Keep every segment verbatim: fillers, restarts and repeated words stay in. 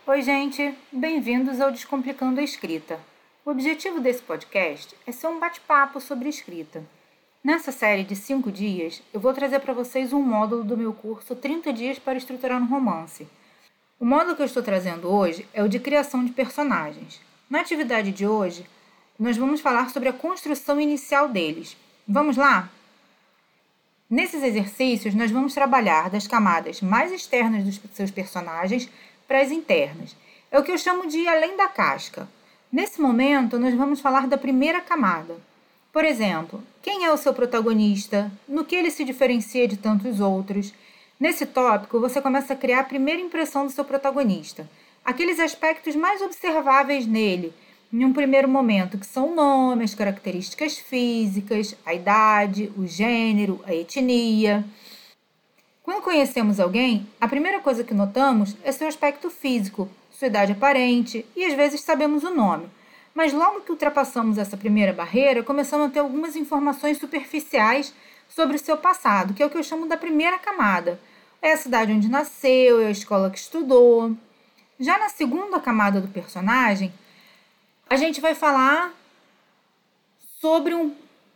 Oi, gente! Bem-vindos ao Descomplicando a Escrita. O objetivo desse podcast é ser um bate-papo sobre escrita. Nessa série de cinco dias, eu vou trazer para vocês um módulo do meu curso trinta dias para estruturar um romance. O módulo que eu estou trazendo hoje é o de criação de personagens. Na atividade de hoje, nós vamos falar sobre a construção inicial deles. Vamos lá? Nesses exercícios, nós vamos trabalhar das camadas mais externas dos seus personagens para as internas. É o que eu chamo de ir além da casca. Nesse momento, nós vamos falar da primeira camada. Por exemplo, quem é o seu protagonista? No que ele se diferencia de tantos outros? Nesse tópico, você começa a criar a primeira impressão do seu protagonista. Aqueles aspectos mais observáveis nele, em um primeiro momento, que são o nome, as características físicas, a idade, o gênero, a etnia. Quando conhecemos alguém, a primeira coisa que notamos é seu aspecto físico, sua idade aparente e às vezes sabemos o nome. Mas logo que ultrapassamos essa primeira barreira, começamos a ter algumas informações superficiais sobre o seu passado, que é o que eu chamo da primeira camada. É a cidade onde nasceu, é a escola que estudou. Já na segunda camada do personagem, a gente vai falar sobre um,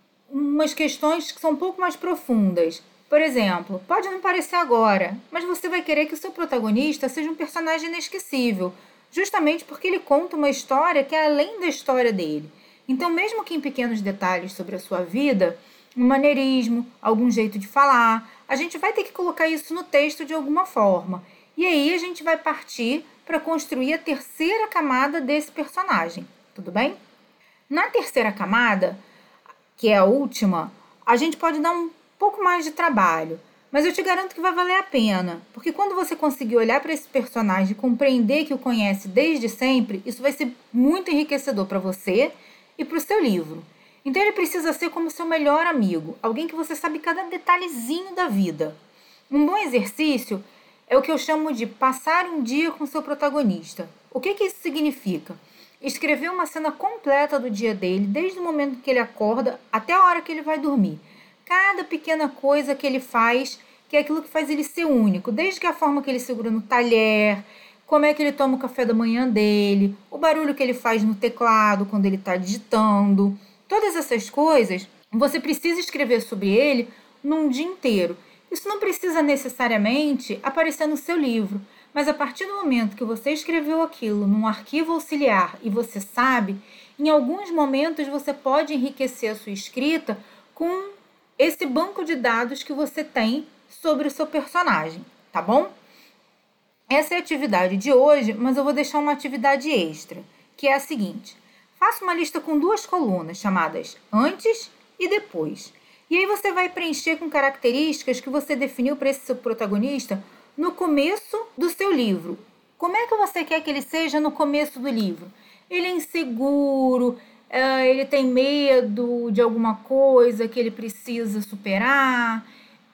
umas questões que são um pouco mais profundas. Por exemplo, pode não parecer agora, mas você vai querer que o seu protagonista seja um personagem inesquecível, justamente porque ele conta uma história que é além da história dele. Então, mesmo que em pequenos detalhes sobre a sua vida, um maneirismo, algum jeito de falar, a gente vai ter que colocar isso no texto de alguma forma. E aí a gente vai partir para construir a terceira camada desse personagem, tudo bem? Na terceira camada, que é a última, a gente pode dar um pouco mais de trabalho, mas eu te garanto que vai valer a pena, porque quando você conseguir olhar para esse personagem e compreender que o conhece desde sempre, isso vai ser muito enriquecedor para você e para o seu livro. Então ele precisa ser como seu melhor amigo, alguém que você sabe cada detalhezinho da vida. Um bom exercício é o que eu chamo de passar um dia com seu protagonista. O que, que isso significa? Escrever uma cena completa do dia dele, desde o momento que ele acorda até a hora que ele vai dormir. Cada pequena coisa que ele faz, que é aquilo que faz ele ser único, desde que a forma que ele segura no talher, como é que ele toma o café da manhã dele, o barulho que ele faz no teclado quando ele está digitando. Todas essas coisas, você precisa escrever sobre ele num dia inteiro. Isso não precisa necessariamente aparecer no seu livro, mas a partir do momento que você escreveu aquilo num arquivo auxiliar e você sabe, em alguns momentos você pode enriquecer a sua escrita com esse banco de dados que você tem sobre o seu personagem, tá bom? Essa é a atividade de hoje, mas eu vou deixar uma atividade extra, que é a seguinte. Faça uma lista com duas colunas, chamadas antes e depois. E aí você vai preencher com características que você definiu para esse seu protagonista no começo do seu livro. Como é que você quer que ele seja no começo do livro? Ele é inseguro, ele tem medo de alguma coisa que ele precisa superar,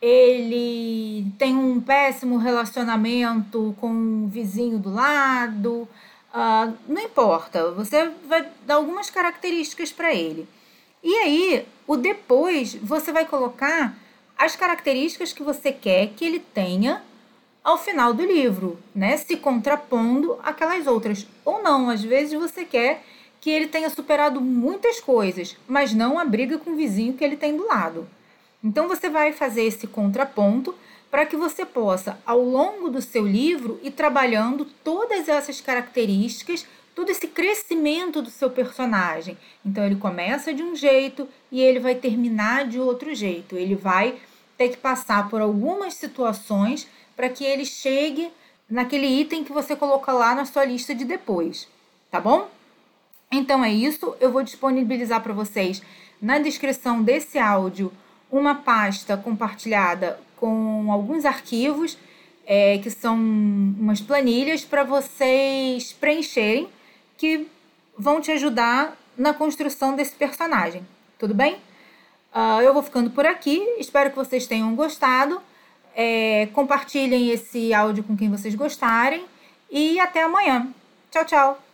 ele tem um péssimo relacionamento com o vizinho do lado, uh, não importa, você vai dar algumas características para ele. E aí, o depois, você vai colocar as características que você quer que ele tenha ao final do livro, né? Se contrapondo àquelas outras. Ou não, às vezes você quer que ele tenha superado muitas coisas, mas não a briga com o vizinho que ele tem do lado. Então, você vai fazer esse contraponto para que você possa, ao longo do seu livro, ir trabalhando todas essas características, todo esse crescimento do seu personagem. Então, ele começa de um jeito e ele vai terminar de outro jeito. Ele vai ter que passar por algumas situações para que ele chegue naquele item que você colocou lá na sua lista de depois, tá bom? Então é isso, eu vou disponibilizar para vocês na descrição desse áudio uma pasta compartilhada com alguns arquivos, é, que são umas planilhas para vocês preencherem, que vão te ajudar na construção desse personagem, tudo bem? Uh, eu vou ficando por aqui, espero que vocês tenham gostado, é, compartilhem esse áudio com quem vocês gostarem e até amanhã. Tchau, tchau!